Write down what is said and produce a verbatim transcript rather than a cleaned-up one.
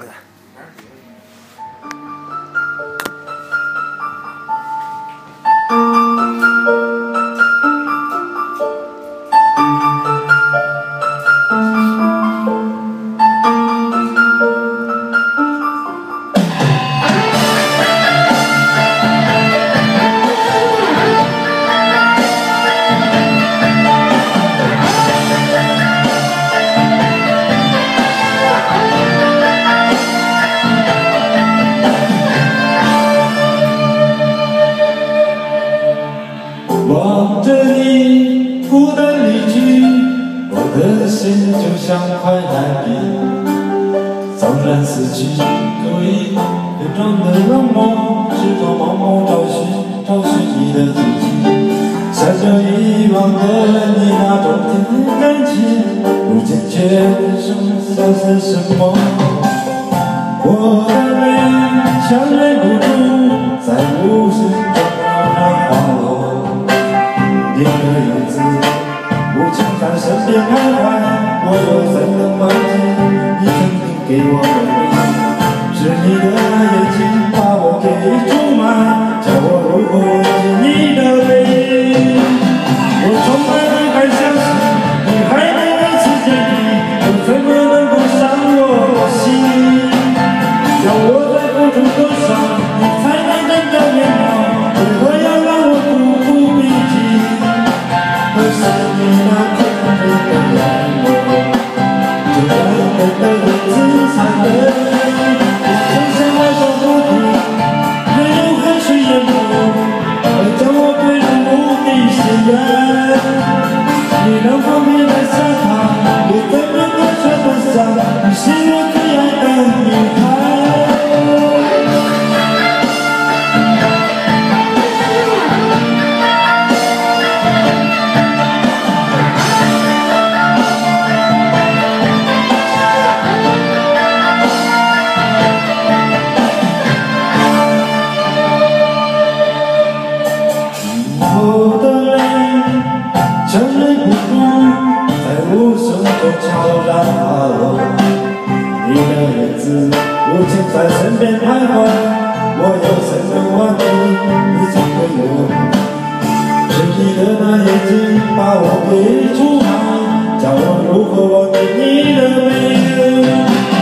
回来。 望着你孤单离去，我的心就像块海冰。纵然失去故意伪装的冷漠，是否盲目找寻找寻你的足迹？想着遗忘的你那种甜蜜感情，如今却剩下些什么？我的泪强忍不住，在无声中悄然滑落。你的影子无情在身边徘徊，我又怎能忘记你曾经给我的美？是你的眼睛把我给出卖，叫我如何忘记你的美？我从来没敢相信你还能如此坚定，又怎么能够伤我心？要我再付出多少，你才能真正明白？为何要让我苦苦铭记？可是你那天真的爱我，就在我的日子才能，我曾向爱上不停，任由汗水淹没，而将我归入无底深渊。你能否别再想他，别再让我舍不下，你是我最爱的女孩。我的泪承认不住，在无声中悄然滑落。你的影子无情在身边徘徊，我又怎能忘记你曾给我？是你的那眼睛把我给出卖，叫我如何忘记你的美？